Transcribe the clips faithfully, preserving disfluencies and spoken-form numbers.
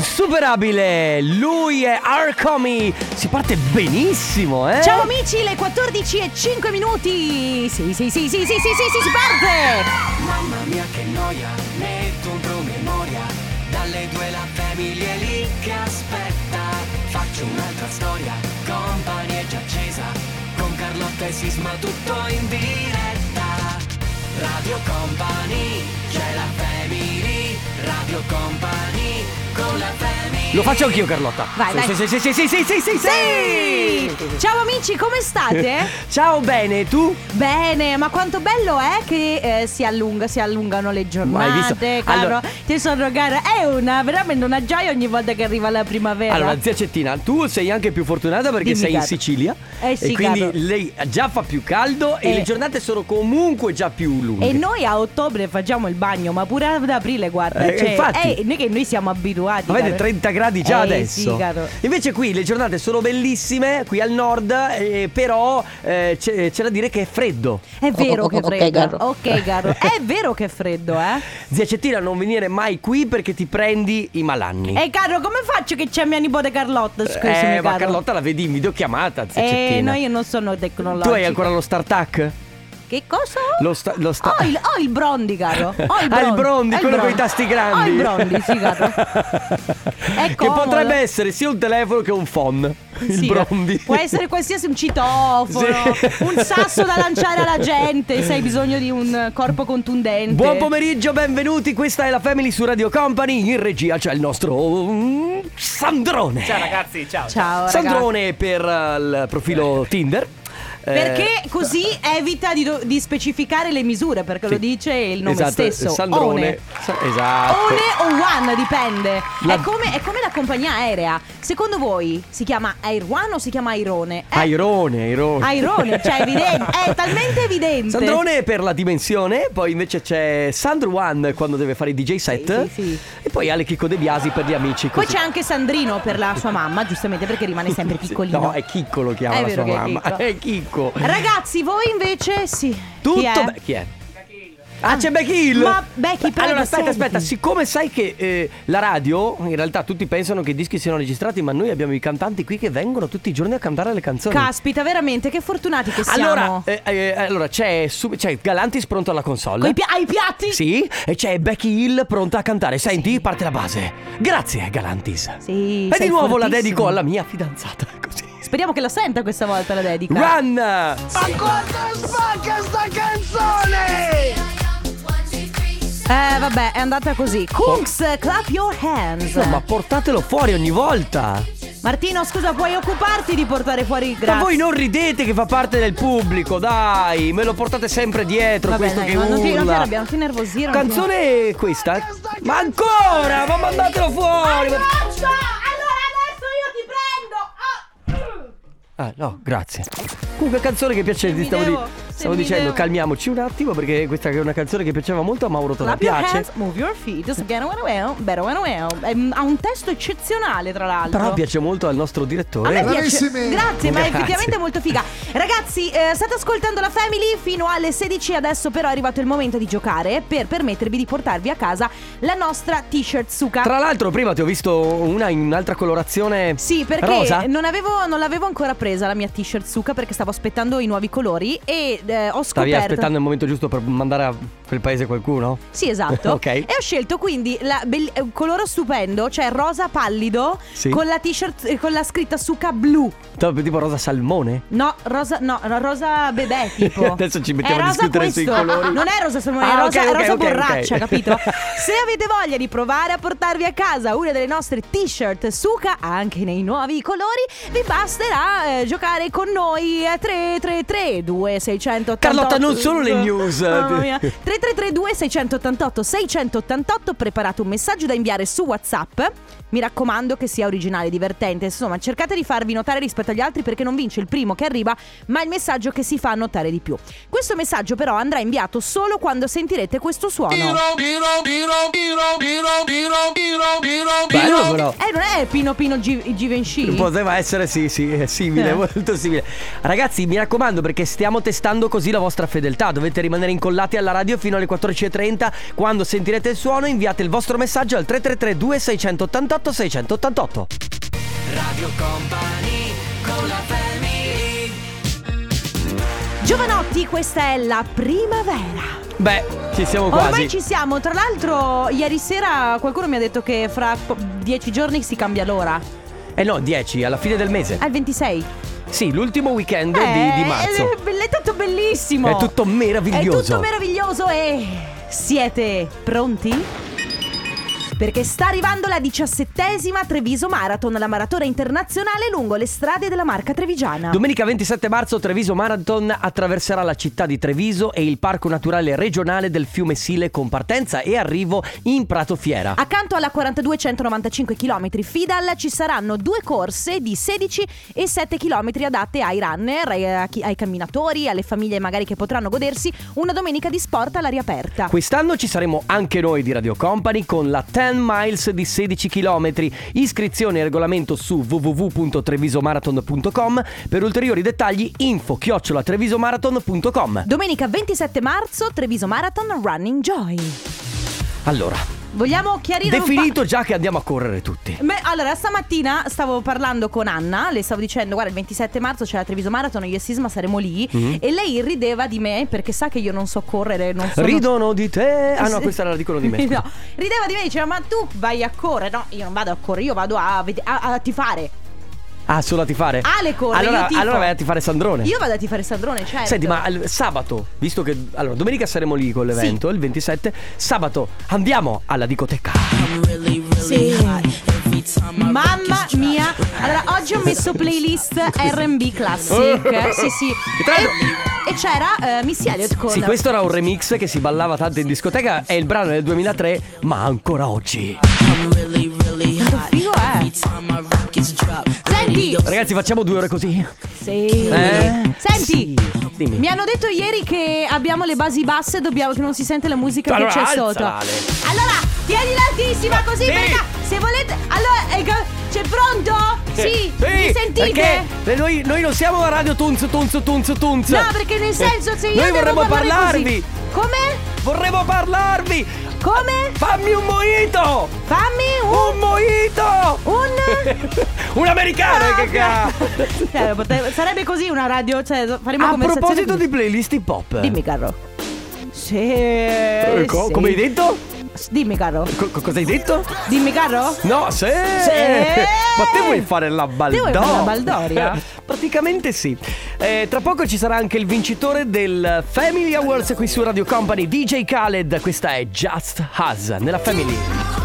insuperabile. Lui è Arcomi. Si parte benissimo, eh? Ciao amici, le quattordici e cinque minuti. Sì, sì, sì, sì, sì, sì, sì, sì, si parte. Mamma mia che noia, metto un promemoria. Dalle due la famiglia è lì che aspetta. Faccio un'altra storia, Company è già accesa. Con Carlotta e Sisma tutto in diretta. Radio Company, c'è la family. Radio Company, con la family. Lo faccio anch'io, Carlotta. Vai, sì, vai. Sì, sì, sì, sì, sì, sì, sì, Sì! Ciao amici, come state? Ciao, bene, tu? Bene, ma quanto bello è che eh, si allunga, si allungano le Ma hai visto? giornate, caro. Allora- Ti sono cara, è una veramente una gioia ogni volta che arriva la primavera. Allora, zia Cettina, tu sei anche più fortunata perché Dimmi, sei in caro. Sicilia. Eh sì, e quindi caro. lei già fa più caldo e Eh. le giornate sono comunque già più lunghe. E noi a ottobre facciamo il bagno, ma pure ad aprile, guarda. Eh, cioè, infatti. eh, noi che noi siamo abituati. Avete caro. trenta gradi già Eh, adesso. sì, caro. Invece qui le giornate sono bellissime, qui al nord, eh, però eh, c'è, c'è da dire che è freddo. È vero che è Ok, freddo. caro. Ok, caro. È vero che è freddo, eh. Zia Cettina, non venire mai qui perché ti prendi i malanni. E caro, come faccio che c'è mia nipote Carlotta? Scusami, Eh, ma caro. Carlotta la vedi in videochiamata, zia Eh, Cettina. no, io non sono tecnologica. Tu hai ancora lo StarTac? Che cosa? Lo sta, lo sta... Ho il, ho il Brondi, caro. Ho il Ah, il Brondi, Brondi, Ho il quello con i Brondi. tasti grandi. Ho il Brondi, sì, caro. È Che comodo. potrebbe essere sia un telefono che un phone. Il Sì, Brondi. può essere qualsiasi, un citofono, Sì. un sasso da lanciare alla gente se hai bisogno di un corpo contundente. Buon pomeriggio, benvenuti. Questa è la Family su Radio Company. In regia c'è il nostro mm, Sandrone. Ciao ragazzi, ciao. Ciao, ragazzi. Sandrone per uh, il profilo Tinder. Eh, Perché così evita di, do- di specificare le misure, perché Sì. lo dice il nome esatto, stesso. Sandrone. One. Sa- esatto. One o One, dipende. La- È, come, è come la compagnia aerea. Secondo voi si chiama Air One o si chiama Airone? Eh, Airone, Airone. Airone, cioè è evidente, è talmente evidente. Sandrone per la dimensione. Poi invece c'è Sandro One quando deve fare i D J set. Sì, sì, sì. E poi Ale Chicco De Biasi per gli amici. Poi Così. c'è anche Sandrino per la sua mamma, giustamente perché rimane sempre Sì, piccolino. No, è Chicco lo chiama È la vero sua che è mamma. Chicco. È Chicco. Ragazzi, voi invece sì. Tutto Chi è? beh, chi è? Ah, c'è Becky Hill. Ma Becky, prego, allora aspetta, senti. aspetta, siccome sai che eh, la radio, in realtà tutti pensano che i dischi siano registrati, ma noi abbiamo i cantanti qui che vengono tutti i giorni a cantare le canzoni. Caspita, veramente, che fortunati che siamo. Allora, eh, eh, allora c'è, sub- c'è Galantis pronto alla console. Coi pi- ai piatti? Sì, e c'è Becky Hill pronta a cantare. Senti, parte la base. Grazie, Galantis. Sì, E sei di nuovo la fortissimo. dedico alla mia fidanzata. Così. Speriamo che la senta questa volta la dedica. Run! Ma quanto spacca sta canzone! Eh vabbè, è andata così. Kungs, clap your hands. No, ma portatelo fuori ogni volta. Martino, scusa, puoi occuparti di portare fuori il grazie? Ma voi non ridete che fa parte del pubblico, dai, me lo portate sempre dietro. Vabbè, questo dai, che ma non ti, non ti urla. arrabbiamo, non ti nervosire. non ti- Canzone questa? Ma ancora, ma mandatelo fuori. ma- Faccia! Allora adesso io ti prendo. Ah. Ah, no, grazie. Comunque canzone che piace, Se mi stavo, di- devo- se stavo mi dicendo, devo. calmiamoci un attimo perché questa è una canzone che piaceva molto a Mauro Tonà. Clap your Piace. hands, move your feet, just get away, well, better well, well. Ehm, Ha un testo eccezionale, tra l'altro. Però piace molto al nostro A me direttore. piace. Bravissimi. Grazie, ma è Grazie. effettivamente molto figa. Ragazzi, eh, state ascoltando la Family fino alle sedici. Adesso però è arrivato il momento di giocare per permettervi di portarvi a casa la nostra t-shirt Suka. Tra l'altro prima ti ho visto una in un'altra colorazione. Sì, perché rosa? non avevo non l'avevo ancora presa la mia t-shirt Suka perché stavo aspettando i nuovi colori e eh, ho Stavi scoperto. aspettando il momento giusto per mandare a quel paese qualcuno? Sì, esatto. Ok. E ho scelto quindi la bell- un colore stupendo, cioè rosa pallido, Sì. con la t-shirt eh, con la scritta Suka blu. Tipo tipo rosa salmone? No, rosa no, no, rosa bebè tipo. Adesso ci mettiamo È a rosa discutere sui questo. colori. Non è rosa salmone, Ah, è rosa, ok, è rosa ok, ok, borraccia, ok. capito? Se avete voglia di provare a portarvi a casa una delle nostre t-shirt Suka anche nei nuovi colori, vi basterà eh, giocare con noi a tre tre tre due sei otto otto. Carlotta, non solo le news. Mamma mia. tre tre tre due sei otto otto sei otto otto. Preparate un messaggio da inviare su WhatsApp. Mi raccomando che sia originale e divertente. Insomma, cercate di farvi notare rispetto agli altri perché non vince il primo che arriva, ma il messaggio che si fa notare di più. Questo messaggio però andrà inviato solo quando sentirete questo suono. Bello però. Eh, non è, Cos'è Pino Pino Gi- Givenchy? Poteva essere, sì, sì, è simile, Eh. molto simile. Ragazzi, mi raccomando, perché stiamo testando così la vostra fedeltà. Dovete rimanere incollati alla radio fino alle quattordici e trenta. Quando sentirete il suono, inviate il vostro messaggio al tre tre tre due sei otto otto sei otto otto. Radio Company con la family. Giovanotti, questa è la primavera. Beh, ci siamo quasi. Ormai ci siamo. Tra l'altro, ieri sera qualcuno mi ha detto che fra po- dieci giorni si cambia l'ora. Eh no, dieci, alla fine del mese. Al ventisei. Sì, l'ultimo weekend Eh, di, di marzo. È, è tutto bellissimo. È tutto meraviglioso. È tutto meraviglioso e siete pronti? Perché sta arrivando la diciassettesima Treviso Marathon, la maratona internazionale lungo le strade della Marca trevigiana. Domenica ventisette marzo Treviso Marathon attraverserà la città di Treviso e il Parco Naturale Regionale del Fiume Sile, con partenza e arrivo in Prato Fiera. Accanto alla quarantadue centonovantacinque chilometri Fidal ci saranno due corse di sedici e sette chilometri adatte ai runner, ai, ai camminatori, alle famiglie magari che potranno godersi una domenica di sport all'aria aperta. Quest'anno ci saremo anche noi di Radio Company con la dieci miles di sedici chilometri. Iscrizione e regolamento su w w w punto trevisomarathon punto com. Per ulteriori dettagli info chiocciola trevisomarathon punto com. Domenica ventisette marzo Treviso Marathon Running Joy. Allora, vogliamo chiarire definito un po'. già che andiamo a correre tutti. Beh, allora stamattina stavo parlando con Anna, le stavo dicendo guarda il ventisette marzo c'è la Treviso Marathon, io e Sisma saremo lì, Mm-hmm. e lei rideva di me perché sa che io non so correre, non sono... Ridono di te. Ah no, questa la dicono di me. No, rideva di me, diceva ma tu vai a correre. No, io non vado a correre, io vado a, ved- a, a tifare. Ah, solo a tifare? Ale corre, allora, io tifo. allora vai a tifare Sandrone. Io vado a tifare Sandrone, certo. Senti, ma al- sabato, visto che allora domenica saremo lì con l'evento, il ventisette, sabato andiamo alla discoteca. Sì. Mamma mia. Allora oggi ho messo playlist R and B classic. Sì, sì. Tra l'altro- E, e c'era eh, Missy Elliott con... Sì, questo era un remix che si ballava tanto in discoteca. È il brano del duemilatré, ma ancora oggi. Quanto figo è? Senti. Ragazzi, facciamo due ore così. Sì. Eh? Senti. Sì. Dimmi. Mi hanno detto ieri che abbiamo le basi basse e dobbiamo, che non si sente la musica Allora, che c'è alzala, sotto. Ale. Allora, tienila altissima così Sì. perché se volete. Allora, ecco, c'è pronto? Sì. Mi sentite? Perché noi, noi non siamo la radio Tunz Tunz Tunz Tunz. No, perché nel senso se io Noi devo vorremmo parlare parlarvi. così. Come? Vorremmo parlarvi. Come? Fammi un mojito. Fammi un Un mojito. un Un americano, Ah, che cazzo. Cioè, pote- sarebbe così una radio, cioè faremo A conversazione proposito così. di playlist hip hop. Dimmi caro. Sì, Eh, co- sì. Come hai detto? Dimmi caro. Co- co- cosa hai detto? Dimmi caro. No, se. Sì. Ma te vuoi fare la baldoria? Te vuoi fare la baldoria? Praticamente sì. Eh, tra poco ci sarà anche il vincitore del Family Awards qui su Radio Company, D J Khaled. Questa è Just Us nella Family.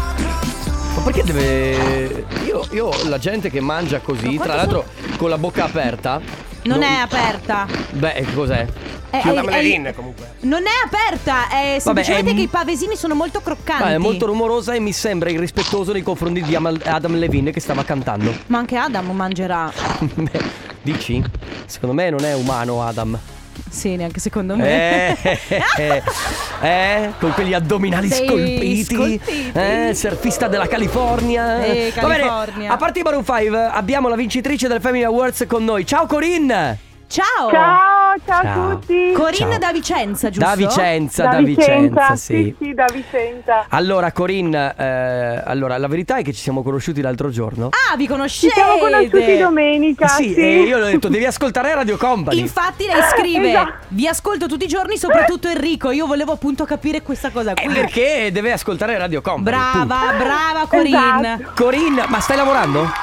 Ma perché deve. Io, io la gente che mangia così, Ma tra quanto l'altro con la bocca aperta. Non è aperta. Beh, cos'è? È- Più una è- melerina è- comunque. Non è aperta, è semplicemente è- che i pavesini sono molto croccanti. Ma è molto rumorosa e mi sembra irrispettoso nei confronti di Am- Adam Levine che stava cantando. Ma anche Adam mangerà. Beh, dici? Secondo me non è umano Adam. Sì, neanche secondo me. Eh, eh, eh, con quegli addominali Sì, scolpiti, scolpiti. eh, surfista della California. Eh, Va bene, California. a parte i Maroon cinque abbiamo la vincitrice del Family Awards con noi. Ciao Corinne. Ciao. Ciao, ciao, Ciao. a tutti. Corinne Ciao. da Vicenza, giusto? Da Vicenza, da, da Vicenza, sì, sì, da Vicenza. Allora Corinne, eh, allora la verità è che ci siamo conosciuti l'altro giorno. Ah, vi Ci conoscete? siamo conosciuti domenica. sì, sì. e io le ho detto devi ascoltare Radio Company. Infatti lei scrive: Esatto. vi ascolto tutti i giorni, soprattutto Enrico. Io volevo appunto capire questa cosa Eh, qui. perché deve ascoltare Radio Company. punto. Brava, brava Corinne. Esatto. Corinne, ma stai lavorando?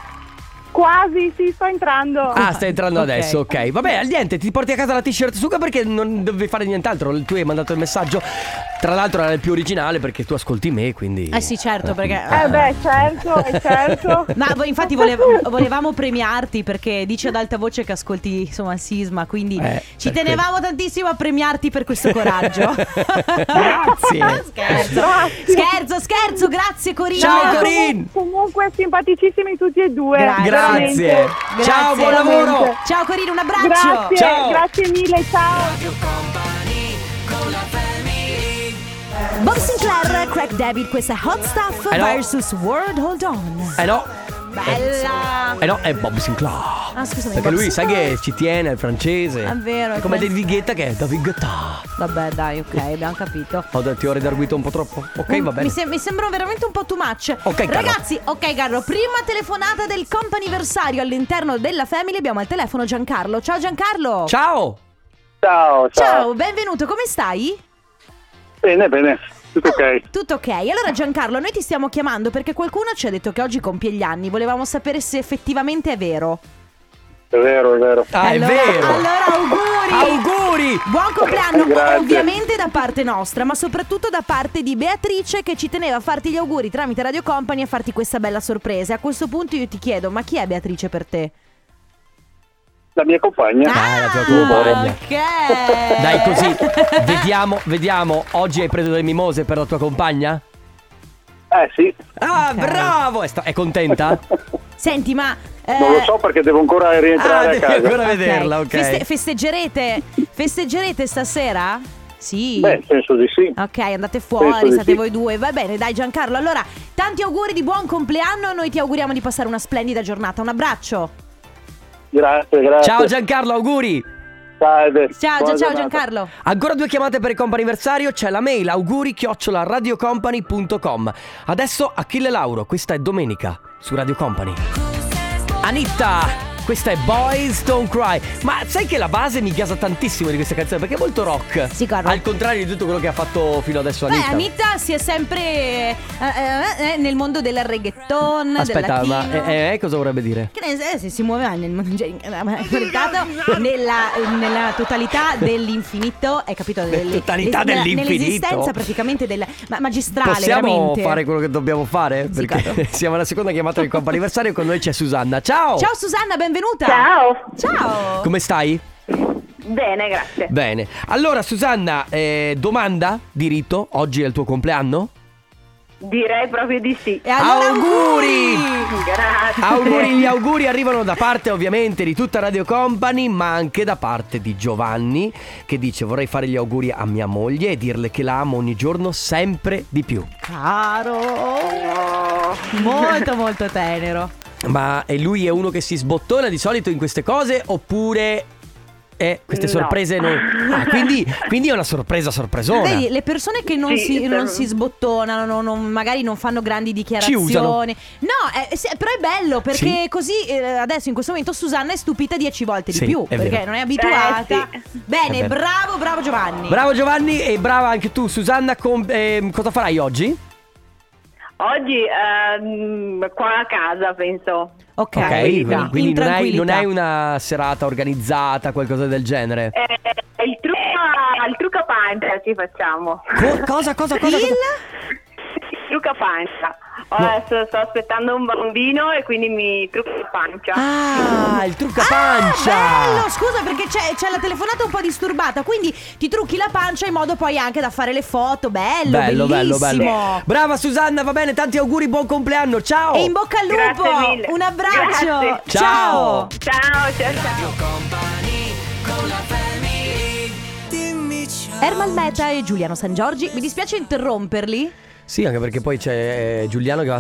Quasi, sì, sto entrando. Ah, stai entrando Ok. adesso, ok. Vabbè, niente, ti porti a casa la t-shirt Suga perché non devi fare nient'altro. Tu hai mandato il messaggio. Tra l'altro era il più originale perché tu ascolti me, quindi. Eh sì, certo, perché Eh beh, certo, è certo. Ma voi- infatti volev- volevamo premiarti perché dici ad alta voce che ascolti insomma Sisma, quindi Eh, ci per tenevamo tantissimo a premiarti per questo coraggio. Grazie. Scherzo. Grazie. Scherzo, scherzo, grazie Corinne. Ciao, No, Corinne. comu- Comunque simpaticissimi tutti e due. Grazie. Grazie. veramente. Ciao, Grazie. buon lavoro. Veramente. Ciao Corinne, un abbraccio. Grazie, Ciao. grazie mille, ciao. Radio Company con la family. Bob Sinclair, Craig David, questa è Hot Stuff Eh no. versus World Hold On. Eh no. Bella. Eh no, è Bob Sinclair. Ah, scusami, Perché Bob lui sai Sinclair. che ci tiene, è francese. È vero, è come come- David Guetta che è David Guetta. Vabbè, dai, ok, abbiamo capito. Ho detto, ti ho redarguito un po' troppo. Ok, va bene. Mi, sem- mi sembrano veramente un po' too much. Ok, Carlo. Ragazzi, ok, Carlo, prima telefonata del comp'anniversario all'interno della Family. Abbiamo al telefono Giancarlo. Ciao Giancarlo. Ciao. Ciao, ciao. Ciao, benvenuto, come stai? Bene, bene, tutto ok. Tutto ok. Allora Giancarlo, noi ti stiamo chiamando perché qualcuno ci ha detto che oggi compie gli anni. Volevamo sapere se effettivamente è vero. È vero, è vero. Ah, allora, è vero. Allora auguri. Auguri. Buon compleanno, Grazie. ovviamente da parte nostra, ma soprattutto da parte di Beatrice che ci teneva a farti gli auguri tramite Radio Company e a farti questa bella sorpresa. A questo punto io ti chiedo, ma chi è Beatrice per te? La mia compagna. Ah, la tua compagna. ok. Dai, così. Vediamo, vediamo. Oggi hai preso delle mimose per la tua compagna? Eh sì, Ah, Ok. bravo. È, sta- è contenta? Senti, ma eh, non lo so perché devo ancora rientrare Ah, a devi casa. ancora vederla, ok. Feste- festeggerete festeggerete stasera? Sì. Beh, penso di sì. Ok, andate fuori, Penso di state sì. voi due. Va bene, dai Giancarlo. Allora, tanti auguri di buon compleanno. Noi ti auguriamo di passare una splendida giornata. Un abbraccio. Grazie, grazie. Ciao Giancarlo, auguri. Salve. Ciao, Buona ciao giornata. Giancarlo. Ancora due chiamate per il comp'anniversario. C'è la mail auguri chiocciola radiocompany punto com. Adesso Achille Lauro, questa è Domenica su Radio Company. Anitta, questa è Boys Don't Cry. Ma sai che la base mi gasa tantissimo di questa canzone perché è molto rock. Sì, guarda. Al contrario di tutto quello che ha fatto fino adesso Beh, Anitta. Anita si è sempre eh, eh, eh, nel mondo del reggaeton, Aspetta, del ma latino. eh, eh, cosa vorrebbe dire? Che ne sai, se si muoveva nel cioè, nella, nella totalità dell'infinito, hai capito? Nella totalità nella- dell'infinito? Nell'esistenza praticamente del ma- magistrale, Possiamo veramente. fare quello che dobbiamo fare? Sì, Perché claro. siamo alla seconda chiamata del comp'anniversario e con noi c'è Susanna. Ciao! Ciao Susanna, benvenuta. Ciao. Ciao. Come stai? Bene, grazie. Bene. Allora Susanna, eh, domanda di rito, oggi è il tuo compleanno? Direi proprio di sì. E allora Auguri! Grazie. Auguri, gli auguri arrivano da parte ovviamente di tutta Radio Company, ma anche da parte di Giovanni che dice vorrei fare gli auguri a mia moglie e dirle che la amo ogni giorno sempre di più. Caro. No. Molto molto tenero. Ma e lui è uno che si sbottona di solito in queste cose oppure eh, queste No. sorprese non... Ah, quindi, quindi è una sorpresa sorpresona. Vedi, le persone che non, Sì, si, sì. non si sbottonano, non- non- magari non fanno grandi dichiarazioni. usano. No, eh, sì, però è bello perché Sì. così eh, adesso in questo momento Susanna è stupita dieci volte di Sì, più. è Perché vero. non è abituata. Eh, sì. Bene, È vero. bravo, bravo Giovanni. Bravo Giovanni e brava anche tu Susanna. Com- ehm, cosa farai oggi? Oggi ehm, qua a casa penso. Ok, Ok, in quindi non hai, tranquillità. non hai una serata organizzata, qualcosa del genere. Eh, il trucco il trucco a pancia ci facciamo. Co- cosa, cosa, cosa? Il? cosa? Il trucco a pancia. Adesso sto aspettando un bambino e quindi mi trucco a pancia. Ah, il trucca Ah, pancia. bello, scusa perché c'è, c'è la telefonata un po' disturbata. Quindi ti trucchi la pancia in modo poi anche da fare le foto. Bello, Bello, bello, bellissimo. bello. Brava Susanna, va bene, tanti auguri, buon compleanno, ciao. E in bocca al lupo. Grazie mille. Un abbraccio. Grazie. Ciao. Ciao, ciao, ciao. Company con la family. Dimmi ciao. Ermal Meta e Giuliano San Giorgi. Mi dispiace interromperli. Sì, anche perché poi c'è eh, Giuliano che va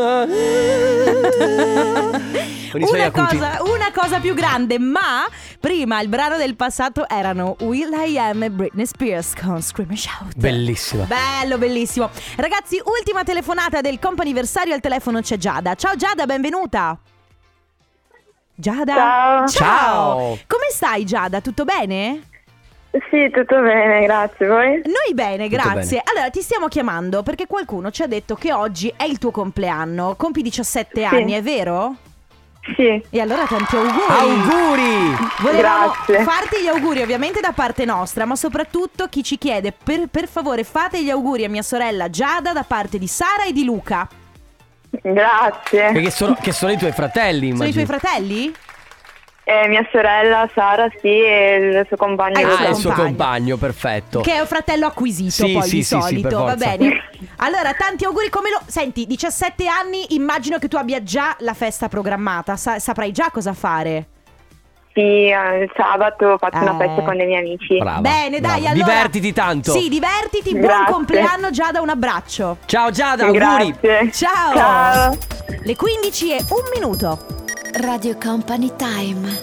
con i suoi Una acuti. cosa, una cosa più grande, ma prima il brano del passato erano Will I Am e Britney Spears con Scream and Shout. Bellissima. Bello, bellissimo. Ragazzi, ultima telefonata del comp'anniversario, al telefono c'è Giada. Ciao Giada, benvenuta. Giada. Ciao. Ciao. Come stai Giada? Tutto bene? Sì, tutto bene, grazie. Voi? Noi bene, Tutto grazie. bene. Allora, ti stiamo chiamando perché qualcuno ci ha detto che oggi è il tuo compleanno. Compi diciassette anni, è vero? Sì. E allora tanti auguri. Auguri. Volevamo Grazie. farti gli auguri ovviamente da parte nostra, ma soprattutto chi ci chiede per, per favore fate gli auguri a mia sorella Giada da parte di Sara e di Luca. Grazie. Perché sono, che sono i tuoi fratelli, Sono i immagino. tuoi fratelli? Eh, mia sorella Sara, sì, e il suo compagno. Ah, il Ah, suo il suo compagno. compagno, perfetto. Che è un fratello acquisito Sì, poi sì, di sì, sì, solito, per va forza. bene. Allora, tanti auguri come lo... Senti, diciassette anni, immagino che tu abbia già la festa programmata, sa- saprai già cosa fare. Sì, eh, il sabato faccio una Eh. festa con dei miei amici. Brava, Bene, dai, brava. allora. Divertiti tanto. Sì, divertiti. Buon Grazie. compleanno, Giada, un abbraccio. Ciao Giada, auguri. Grazie. Ciao. Ciao. Le quindici e un minuto. Radio Company Time.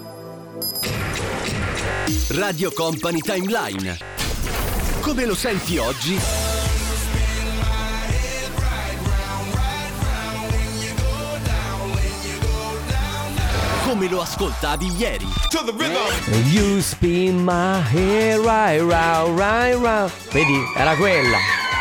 Radio Company Timeline. Come lo senti oggi? Come lo ascoltavi ieri? You spin my hair right round, right round. Vedi, era quella.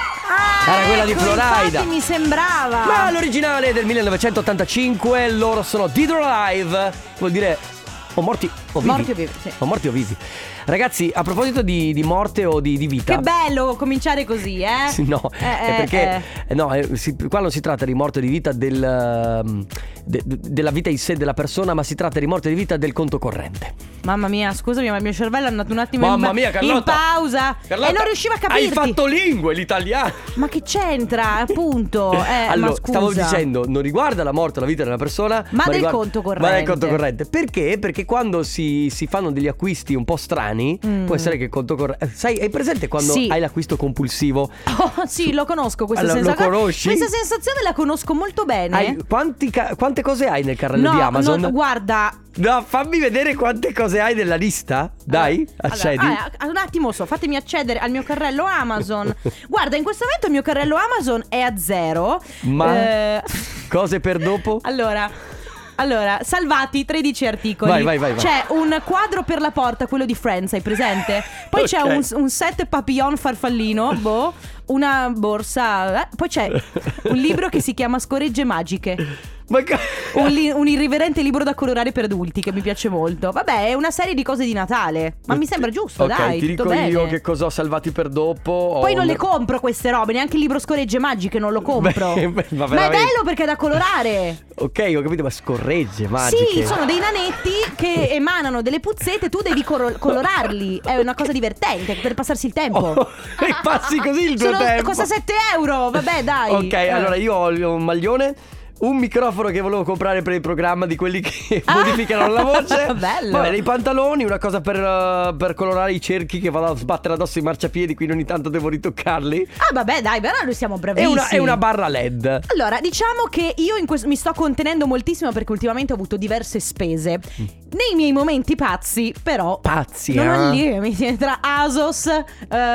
Ah, Era quella di ecco, Florida. infatti mi sembrava. Ma l'originale è del millenovecentottantacinque, loro sono Dead or Alive, vuol dire o morti o vivi. Morti o vivi, sì. O morti o vivi. Ragazzi, a proposito di, di morte o di, di vita. Che bello cominciare così, eh? Sì, no, Eh, è eh, perché eh. eh, no, eh, si- qua non si tratta di morte o di vita del, ehm, de- de- della vita in sé della persona, ma si tratta di morte o di vita del conto corrente. Mamma mia, scusami, ma il mio cervello è andato un attimo Mamma in, mia, Carlotta. in pausa Carlotta, e non riusciva a capirti. Hai fatto lingue l'italiano. Ma che c'entra, appunto? Eh, allora, ma scusa. stavo dicendo, non riguarda la morte o la vita della persona, Ma del riguarda- conto corrente. Ma del conto corrente. Perché? Perché quando si, si fanno degli acquisti un po' strani, Mm. può essere che il conto corrente. Sai, hai presente quando Sì. hai l'acquisto compulsivo? Oh, sì, lo conosco questa Allora, lo sensazione. conosci? Questa sensazione la conosco molto bene. Hai, quanti ca- quante cose hai nel carrello no, di Amazon? no, guarda. No, fammi vedere quante cose hai nella lista. Dai, Allora, accedi. allora, ah, un attimo so, fatemi accedere al mio carrello Amazon. Guarda, in questo momento il mio carrello Amazon è a zero. Ma Eh, cose per dopo? Allora Allora, salvati tredici articoli. Vai, vai, vai, vai. C'è un quadro per la porta, quello di Friends, hai presente? Poi Ok. c'è un, un set papillon farfallino, boh, una borsa, eh, poi c'è un libro che si chiama Scoregge magiche. Ma ca- Un, li- un irriverente libro da colorare per adulti che mi piace molto. Vabbè, è una serie di cose di Natale. Ma mi sembra giusto, Ok, dai. ti tutto dico bene. io che cosa ho salvati per dopo. Ho Poi non un- le compro queste robe, neanche il libro Scoregge magiche non lo compro. Beh, beh, ma ma è veramente. bello perché è da colorare. Ok, ho capito, ma scorregge magiche. Sì, sono dei nanetti che emanano delle puzzette, tu devi cor- colorarli. È una cosa divertente per passarsi il tempo. Oh, e passi così il tuo Sono- tempo. Costa sette euro, vabbè dai. Ok, Eh. allora io ho un maglione, un microfono che volevo comprare per il programma di quelli che Ah. modificano la voce. Bello. Vabbè, dei pantaloni, una cosa per, uh, per colorare i cerchi che vado a sbattere addosso ai marciapiedi, quindi ogni tanto devo ritoccarli. Ah vabbè dai, però noi siamo E bravissimi. una, e una barra L E D. Allora, diciamo che io in questo mi sto contenendo moltissimo perché ultimamente ho avuto diverse spese. Nei miei momenti pazzi, però. Pazzi, Non eh? ho limiti tra Asos, eh,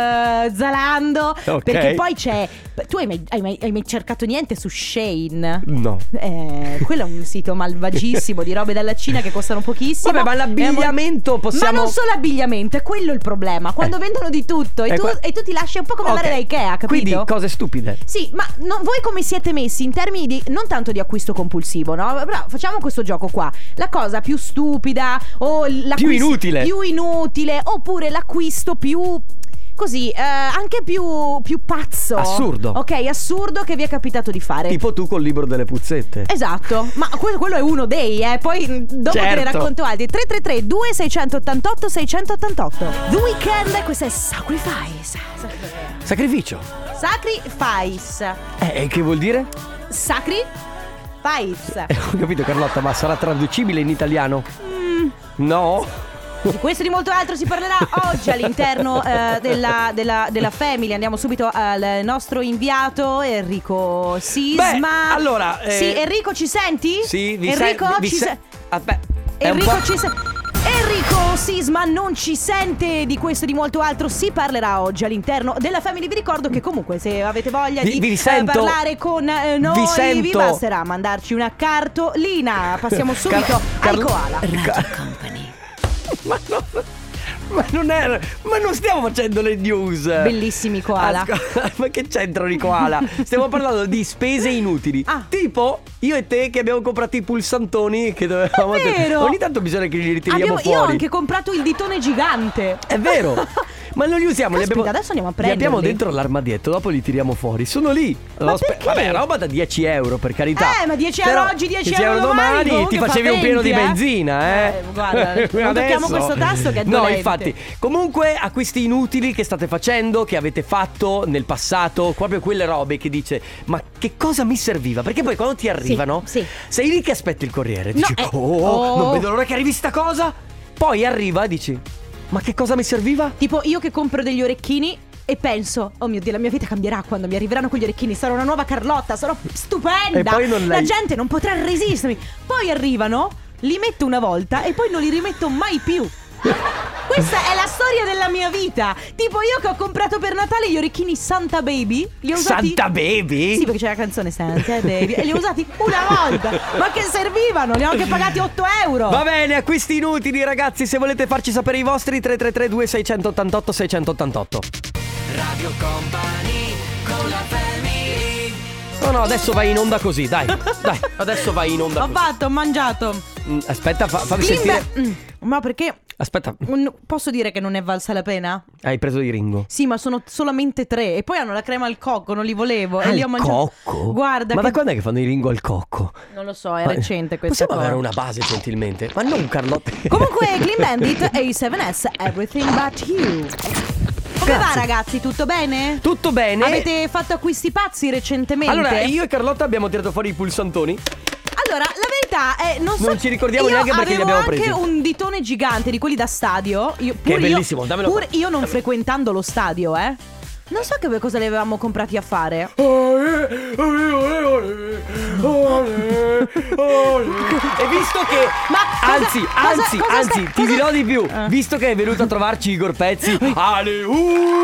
Zalando. Ok. Perché poi c'è. Tu hai mai, hai mai- hai mai cercato niente su Shein? No. Eh, quello è un sito malvagissimo di robe dalla Cina che costano pochissimo. Vabbè, ma l'abbigliamento È mo- possiamo- Ma non solo abbigliamento, è quello il problema. Quando Eh. vendono di tutto e, Eh, tu, qua- e tu ti lasci un po' come Ok. andare da Ikea, capito? Quindi cose stupide. Sì, ma no- voi come siete messi in termini di non tanto di acquisto compulsivo, no? Però facciamo questo gioco qua. La cosa più stupida o l'acquisto Più inutile. più inutile oppure l'acquisto più così, eh, anche più più pazzo. Assurdo. Ok, assurdo che vi è capitato di fare. Tipo tu col libro delle puzzette. Esatto, ma que- quello è uno dei, eh. Poi mh, dopo te ne Certo. racconto altri. Tre tre tre due sei otto otto sei otto otto. The Weeknd, questo è Sacrifice. Sacrificio. Sacrifice. Eh, che vuol dire? Sacrifice. Eh, ho capito Carlotta, ma sarà traducibile in italiano? Mm. No? Di questo e di molto altro si parlerà oggi all'interno eh, della, della, della Family. Andiamo subito al nostro inviato Enrico Sisma. Beh, allora, eh, Sì, Enrico, ci senti? Sì, vi Enrico, sen- vi ci se- se- Aspetta, è un Enrico po'- ci se- Enrico Sisma non ci sente. Di questo e di molto altro si parlerà oggi all'interno della Family. Vi ricordo che comunque se avete voglia Vi- di vi eh, sento- parlare con eh, noi vi sento- basterà mandarci una cartolina. Passiamo subito Car- al Carlo- koala. Car- ma, no, ma non è. Ma non stiamo facendo le news. Bellissimi koala. Asco- ma che c'entrano i koala? Stiamo parlando di spese inutili. Ah. Tipo io e te che abbiamo comprato i pulsantoni che dovevamo. È vero. Ogni tanto bisogna che li ritiriamo Abbiamo- fuori. io ho anche comprato il ditone gigante. È vero. Ma non li usiamo, li Caspita, abbiamo, adesso andiamo a li abbiamo prenderli. dentro l'armadietto, dopo li tiriamo fuori. Sono lì. Ma Lo spe- perché? Vabbè, roba da dieci euro, per carità. Eh, ma dieci euro Però oggi, dieci dieci euro domani, ti comunque facevi fa un pieno di venti, eh. benzina, eh. Eh, guarda, non tocchiamo Adesso- questo tasto che è No, dolente. infatti. Comunque, acquisti inutili che state facendo, che avete fatto nel passato, proprio quelle robe che dice "Ma che cosa mi serviva?" Perché poi quando ti arrivano, sì. sei lì che aspetti il corriere, No, dici eh, "Oh, oh. non vedo l'ora che arrivi sta cosa". Poi arriva e dici: ma che cosa mi serviva? Tipo io che compro degli orecchini e penso: oh mio Dio, la mia vita cambierà quando mi arriveranno quegli orecchini. Sarò una nuova Carlotta, sarò stupenda. E poi non lei... La gente non potrà resistermi. Poi arrivano, li metto una volta e poi non li rimetto mai più. Questa è la storia della mia vita. Tipo io che ho comprato per Natale gli orecchini Santa Baby. Li ho usati... Santa Baby? Sì, perché c'è la canzone Santa Baby. E li ho usati una volta. Ma che servivano? Li ho anche pagati otto euro. Va bene, acquisti inutili ragazzi. Se volete farci sapere i vostri, tre tre tre due sei otto otto sei otto otto. Radio Company con la family. No no, adesso vai in onda così, dai. Dai, adesso vai in onda Ho così. fatto, ho mangiato. Mm, Aspetta, fa, fammi Climber- sentire. Mm, Ma perché? Aspetta, Un- Posso dire che non è valsa la pena? hai preso di Ringo. Sì, ma sono solamente tre. E poi hanno la crema al cocco, non li volevo. E Al li ho mangiati. cocco? Guarda, Ma che... da quando è che fanno i Ringo al cocco? Non lo so, è Ma- recente questa Possiamo cosa. avere una base gentilmente? Ma non Carlotta. Comunque, Clean Bandit A sette S, Everything But You. Come va Grazie. ragazzi? Tutto bene? Tutto bene? Avete fatto acquisti pazzi recentemente? Allora, io e Carlotta abbiamo tirato fuori i pulsantoni. Allora, la verità è non, so, Non ci ricordiamo io neanche perché li abbiamo avevo presi. anche un ditone gigante di quelli da stadio. Io, Che è pur io- bellissimo, dammelo Pur qua. io non frequentando lo stadio, eh. Non so che cosa li avevamo comprati a fare. E visto che Ma cosa- Anzi, cosa- anzi, cosa anzi, stai- ti cosa- dirò di più. Eh. Visto che è venuto a trovarci Igor Pezzi. Ale Sì.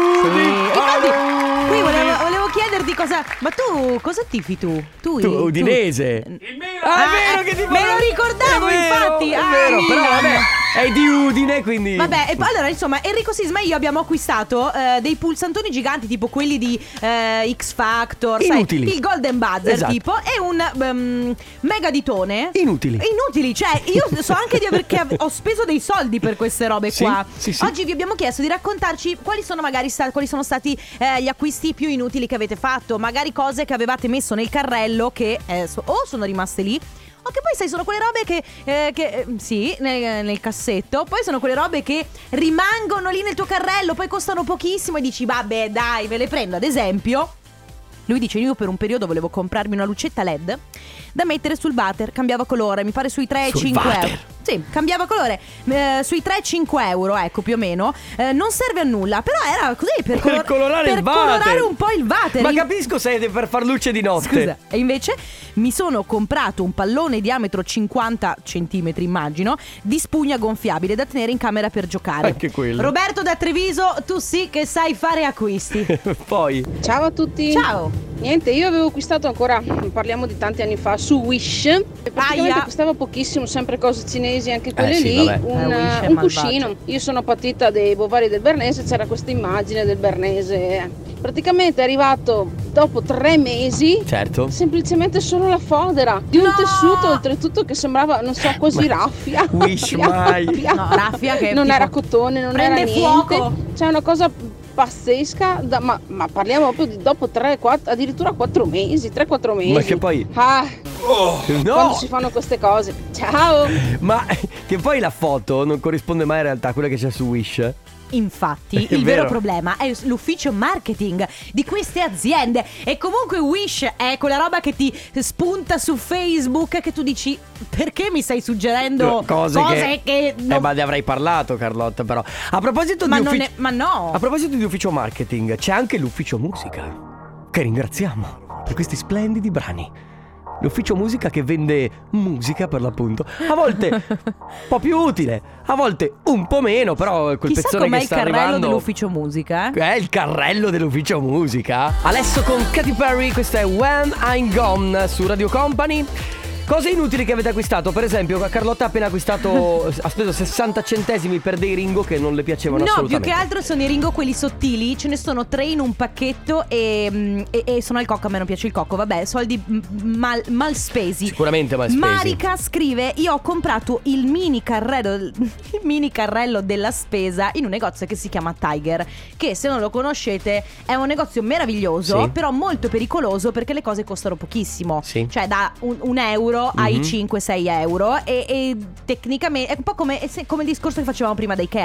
Infatti, qui volevo, volevo chiederti cosa. Ma tu cosa tifi tu? Tu, Tu, udinese. Ah, è vero eh, che ti me lo ricordavo, È vero, infatti. È Ah, vero, però Milan. vabbè, è di Udine, quindi. Vabbè, e poi allora insomma Enrico Sisma e io abbiamo acquistato eh, dei pulsantoni giganti tipo quelli di eh, X Factor, Inutili. sai, il Golden Buzzer Esatto. tipo, e un um, mega ditone. Inutili. Inutili, cioè io so anche di aver che ave- ho speso dei soldi per queste robe Sì, qua. sì, sì. Oggi vi abbiamo chiesto di raccontarci quali sono magari sta- quali sono stati eh, gli acquisti più inutili che avete fatto, magari cose che avevate messo nel carrello che eh, so- o sono rimaste lì, o che poi sai sono quelle robe che, eh, che eh, sì, nel, nel cassetto. Poi sono quelle robe che rimangono lì nel tuo carrello, poi costano pochissimo e dici vabbè dai, ve le prendo. Ad esempio, lui dice: io per un periodo volevo comprarmi una lucetta L E D da mettere sul water, cambiava colore, mi pare sui tre Sul cinque water? euro. Sì, cambiava colore, eh, sui tre cinque euro, ecco, più o meno. Eh, non serve a nulla, però era così per, color- Per colorare per il water. colorare un po' il water. Ma In- capisco se è per far luce di notte. Scusa, e invece mi sono comprato un pallone diametro cinquanta centimetri, immagino, di spugna gonfiabile da tenere in camera per giocare. Anche quello. Roberto da Treviso, tu sì che sai fare acquisti. Poi. Ciao a tutti. Ciao. Niente, io avevo acquistato ancora, parliamo di tanti anni fa, su Wish. E praticamente Aia. costava pochissimo, sempre cose cinesi, anche quelle Eh sì, lì. vabbè. Un, Eh, Wish è un malvagio. cuscino. Io sono patita dei bovari del Bernese, c'era questa immagine del Bernese. Praticamente è arrivato dopo tre mesi. Certo. Semplicemente solo la fodera di un No! tessuto, oltretutto, che sembrava, non so, quasi raffia. Wish Raffia, mai. raffia. No, raffia che non tipo era cotone, non era prende niente. fuoco. C'è una cosa pazzesca, da- ma, ma parliamo proprio di dopo tre, quattro, addirittura quattro mesi, tre quattro mesi. Ma che poi. Ah, No! quando si fanno queste cose. Ciao! Ma che poi la foto non corrisponde mai in realtà a quella che c'è su Wish. Infatti, È il vero. vero problema è l'ufficio marketing di queste aziende. E comunque Wish è quella roba che ti spunta su Facebook, che tu dici: perché mi stai suggerendo Cose, che, che non- Eh, ma ne avrei parlato, Carlotta, però. A proposito ma, di non ufficio. è- ma no. A proposito di ufficio marketing, c'è anche l'ufficio musica, che ringraziamo per questi splendidi brani. L'ufficio musica che vende musica, per l'appunto. A volte un po' più utile, a volte un po' meno, però quel Chissà pezzone com'è che il sta carrello arrivando dell'ufficio musica, eh? è il carrello dell'ufficio musica. Adesso con Katy Perry, questa è When I'm Gone su Radio Company. Cose inutili che avete acquistato. Per esempio, Carlotta ha appena acquistato, ha speso sessanta centesimi per dei Ringo che non le piacevano No, più assolutamente. che altro sono i Ringo quelli sottili. Ce ne sono tre in un pacchetto e, mm, e, e sono al cocco. A me non piace il cocco. Vabbè, soldi mm, mal, mal spesi. Sicuramente mal spesi. Marica scrive: io ho comprato il mini carrello Il mini carrello della spesa in un negozio che si chiama Tiger, che se non lo conoscete è un negozio meraviglioso, Sì. però molto pericoloso perché le cose costano pochissimo. Sì. Cioè da un, un euro ai Mhm. cinque sei euro. E, e tecnicamente è un po' come, è se- come il discorso che facevamo prima da Ikea.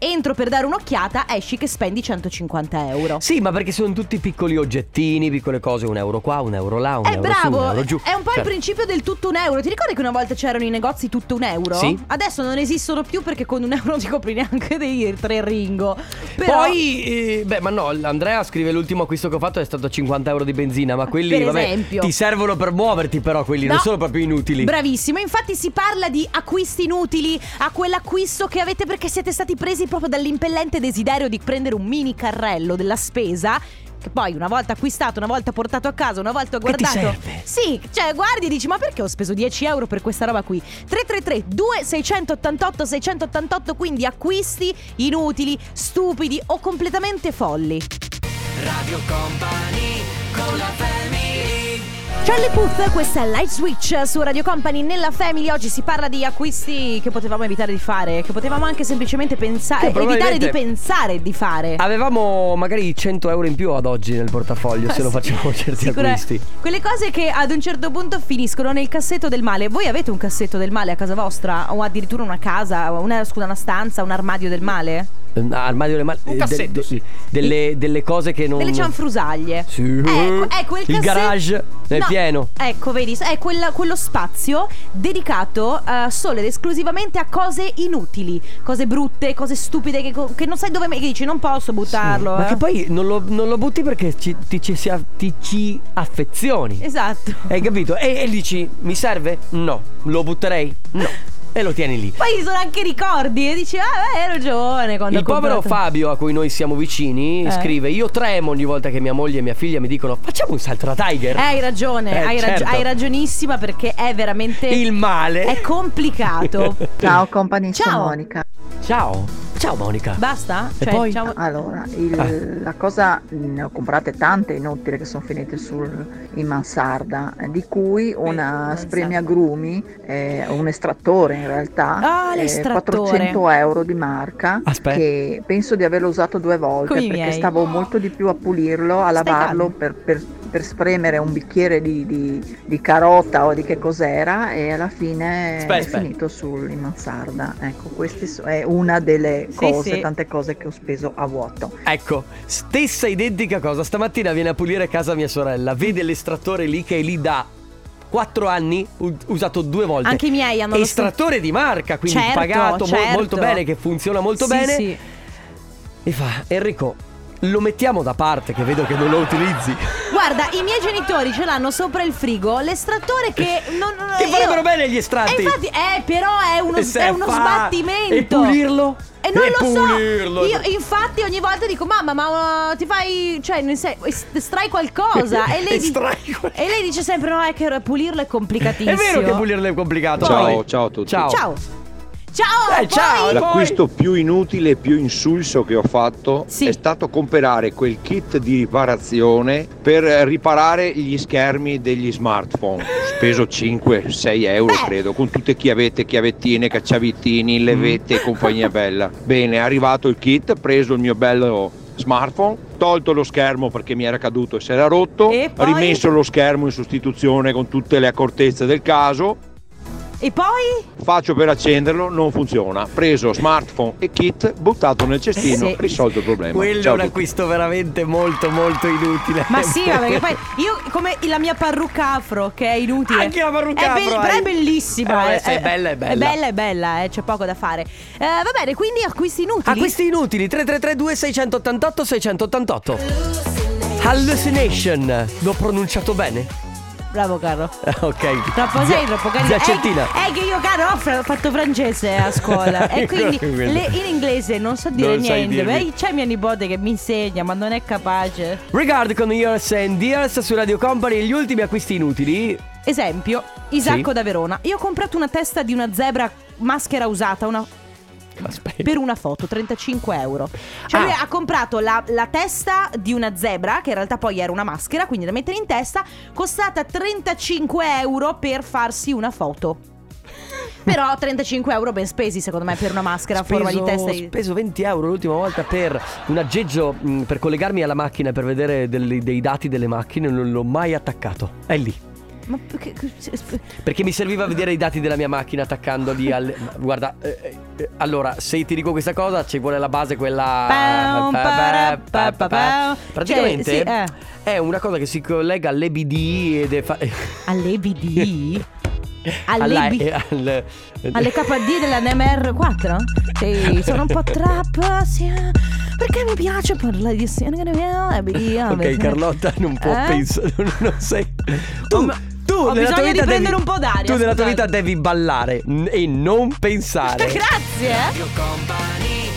entro per dare un'occhiata, esci che spendi centocinquanta euro. Sì, ma perché sono tutti piccoli oggettini, piccole cose, un euro qua, un euro là, un È euro bravo, su, un euro giù. è un po' Cioè, il principio del tutto un euro. Ti ricordi che una volta c'erano i negozi tutto un euro? Sì. Adesso non esistono più perché con un euro non ti compri neanche dei tre Ringo. Però... Poi, eh, beh, ma no, Andrea scrive l'ultimo acquisto che ho fatto è stato cinquanta euro di benzina, ma quelli, Per vabbè, esempio. ti servono per muoverti però quelli, No. non sono proprio inutili. Bravissimo, infatti si parla di acquisti inutili, a quell'acquisto che avete perché siete stati presi proprio dall'impellente desiderio di prendere un mini carrello della spesa, che poi una volta acquistato, una volta portato a casa, una volta Che ti guardato. serve? Sì, cioè guardi e dici ma perché ho speso dieci euro per questa roba qui? tre tre tre due sei otto otto sei otto otto, quindi acquisti inutili, stupidi o completamente folli. Radio Company con la family. Charlie Puth, questa è Light Switch su Radio Company nella Family. Oggi si parla di acquisti che potevamo evitare di fare, che potevamo anche semplicemente pensare, Che evitare di probabilmente pensare di fare. Avevamo magari cento euro in più ad oggi nel portafoglio se lo facevamo certi Sicura- acquisti. Quelle cose che ad un certo punto finiscono nel cassetto del male. Voi avete un cassetto del male a casa vostra? O addirittura una casa, una, scusa, una stanza, un armadio del male? Eh, Armadio delle mal- Un eh, cassetto, de- sì. delle, delle cose che non. Delle cianfrusaglie. Sì. Ecco, ecco il, Il cassetto- garage è No, pieno. Ecco, vedi, è quella- quello spazio dedicato eh, solo ed esclusivamente a cose inutili, cose brutte, cose stupide che, co- che non sai dove me- che dici non posso buttarlo. Ma eh. che poi non lo, non lo butti perché ci, ti, ci, si a- ti ci affezioni. Esatto. Hai capito? E, e dici mi serve? No. Lo butterei? No. E lo tieni lì. Poi ci sono anche ricordi e dici ah beh, hai ragione quando Il ho povero comprato. Fabio, a cui noi siamo vicini, Eh. scrive: io tremo ogni volta che mia moglie e mia figlia mi dicono facciamo un salto da Tiger. Eh, hai ragione, Eh, hai, rag- certo. hai ragionissima perché è veramente Il male. È complicato. Ciao company, sono Ciao. Monica. Ciao. Ciao Monica. Basta? E Cioè, poi? diciamo- Allora, il- Eh. la cosa, ne ho comprate tante inutili che sono finite sul, in mansarda, eh, di cui una spremiagrumi, eh, un estrattore in realtà, Ah, eh, l'estrattore. quattrocento euro di marca, Aspetta. che penso di averlo usato due volte Come i perché miei. stavo molto di più a pulirlo, a Stai lavarlo calmo. per, per, per spremere un bicchiere di, di, di carota o di che cos'era e alla fine Aspetta, è aspetta. finito sul, in mansarda. Ecco, questa è una delle Sì, cose, sì. tante cose che ho speso a vuoto. Ecco, stessa identica cosa. Stamattina viene a pulire casa mia sorella. Vede l'estrattore lì che è lì da quattro anni, u- usato due volte. Anche i miei hanno lo Estrattore di marca, quindi Certo, pagato mo- certo. molto bene, che funziona molto Sì, bene. sì. E fa: Enrico, lo mettiamo da parte che vedo che non lo utilizzi. Guarda, i miei genitori ce l'hanno sopra il frigo, l'estrattore che non, non Ti io- farebbero bene gli estratti. E infatti, eh, però è uno, E se è uno fa- sbattimento. E pulirlo? E non E lo pulirlo. so. Io infatti ogni volta dico mamma ma uh, ti fai, cioè nel sen- es- estrai qualcosa e lei, di- Estrai qual- e lei dice sempre no è che pulirlo è complicatissimo. È vero che pulirlo è complicato. Ciao, poi. ciao a tutti. Ciao. Ciao. Ciao. Eh, ciao. poi- L'acquisto più inutile e più insulso che ho fatto Sì. è stato comprare quel kit di riparazione per riparare gli schermi degli smartphone. Ho speso cinque sei euro Beh. credo, con tutte chiavette, chiavettine, cacciavitini, levette e compagnia bella. Bene, è arrivato il kit, preso il mio bello smartphone, tolto lo schermo perché mi era caduto e si era rotto, E poi? rimesso lo schermo in sostituzione con tutte le accortezze del caso. E poi? Faccio per accenderlo, non funziona. Preso smartphone e kit, buttato nel cestino, Sì. risolto il problema. Quello Ciao è un a tutti. acquisto veramente molto molto inutile. Ma sì, ma perché poi io come la mia parrucca afro che è inutile. Anche la parrucca è afro Però hai. è bellissima. Eh, se è bella, è bella. È bella, è bella, eh, c'è poco da fare. Eh, va bene, quindi acquisti inutili. Acquisti inutili. Tre tre tre due sei otto otto sei otto otto. Hallucination. L'ho pronunciato bene? Bravo caro. Ok. Troppo Zia- sei troppo carino. Zia È, Cettina. è che io caro ho fra- fatto francese a scuola e quindi Quello. le- in inglese non so dire Non sai niente. dirmi. Beh, c'è mia nipote che mi insegna, ma non è capace. Regard con Years and Years su Radio Company. Gli ultimi acquisti inutili. Esempio, Isacco Sì. da Verona. Io ho comprato una testa di una zebra maschera usata, una Aspetta. per una foto, trentacinque euro. Cioè Ah. lui ha comprato la, la testa di una zebra, che in realtà poi era una maschera, quindi da mettere in testa, costata trentacinque euro per farsi una foto. Però trentacinque euro ben spesi secondo me per una maschera a forma di testa Ho di... speso venti euro l'ultima volta per un aggeggio mh, per collegarmi alla macchina, per vedere delle- dei dati delle macchine. Non l'ho mai attaccato. È lì. Ma perché? Perché mi serviva vedere i dati della mia macchina attaccandoli al... Guarda, eh, eh, allora, se ti dico questa cosa ci vuole la base quella... Pam, para, pa, pa, pa. Praticamente Cioè, sì, eh. è una cosa che si collega all'E B D ed è fa... All'E B D? Alle, alla, B- eh, al... alle K D della N M R quattro? Sì, sono un po' trap, sì, perché mi piace parlare di Ok, Carlotta non può eh? pensare, non, non sei... Tu, tu Ho nella tua bisogno di vita prendere devi, un po' d'aria, tu nella tua scusate. vita devi ballare n- e non pensare. Grazie, eh.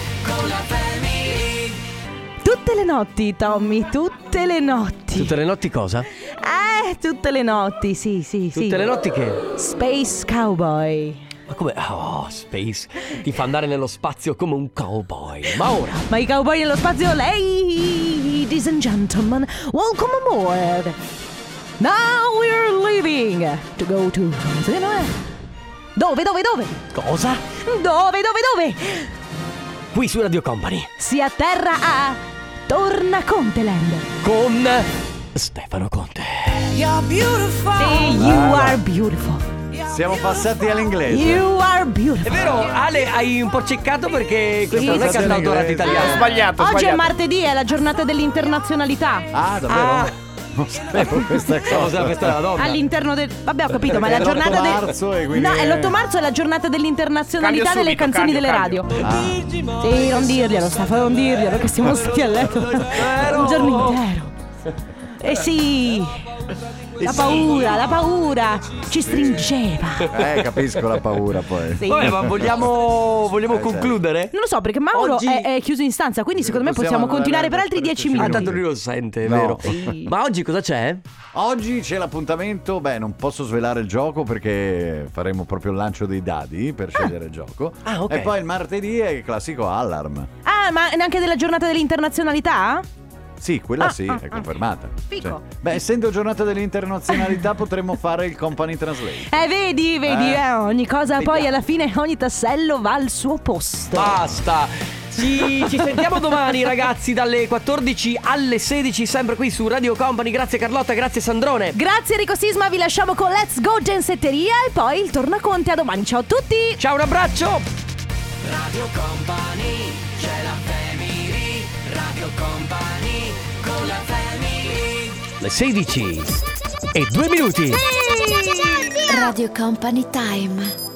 Tutte le notti, Tommy, tutte le notti. Tutte le notti cosa? Eh, tutte le notti, sì, sì, sì. Tutte le notti che? Space Cowboy. Ma come? Oh, Space ti fa andare nello spazio come un cowboy. Ma ora? Ma i cowboy nello spazio, ladies and gentlemen, welcome aboard. Now we're leaving to go to... Dove, dove, dove? Cosa? Dove, dove, dove? Qui su Radio Company Si atterra a Tornaconteland con Stefano Conte. You're beautiful. Sì, you are beautiful. Siamo passati all'inglese. You are beautiful. È vero, Ale, hai un po' ceccato perché questo non è passati cantato all'inglese. italiano. Ho sbagliato, ho Oggi è sbagliato. martedì, è la giornata dell'internazionalità. Ah, davvero? Ah. Non sapevo questa cosa. Cosa questa è la donna? All'interno del... Vabbè, ho capito, ma è la Perché è giornata l'otto del... marzo e quindi No, è è- l'otto marzo, è la giornata dell'internazionalità Cambio delle subito, canzoni cambio, delle cambio. radio. Sì, non dirglielo, Stefano, non dirglielo, che siamo stati a letto un giorno intero. Eh sì, la paura, la paura ci stringeva. Eh, capisco la paura poi. Sì. Vabbè, ma vogliamo, vogliamo Eh, concludere? Non lo so, perché Mauro Oggi- è, è chiuso in stanza, quindi secondo me Possiamo possiamo andare continuare per per altri dieci questi Ah, minuti. tanto lui lo sente, è No. vero. Sì. Ma oggi cosa c'è? Oggi c'è l'appuntamento, beh, non posso svelare il gioco perché faremo proprio il lancio dei dadi per scegliere il gioco. Ah, ok. E poi il martedì è il classico Allarm. Ah, ma neanche della giornata dell'internazionalità? Sì, quella Ah, sì, ah, è ah. confermata. Fico. Beh, essendo giornata dell'internazionalità potremmo fare il Company Translate. Eh, vedi, vedi, Eh. eh, ogni cosa poi Vediamo. alla fine, ogni tassello va al suo posto. Basta. Ci, ci sentiamo domani ragazzi dalle quattordici alle sedici sempre qui su Radio Company. Grazie Carlotta, grazie Sandrone. Grazie Enrico Sisma, vi lasciamo con Let's Go Gensetteria e poi il Tornaconte a domani. Ciao a tutti! Ciao, un abbraccio. Radio Company, c'è la family. Radio Company, con la family. Le sedici e due minuti. Radio Company Time.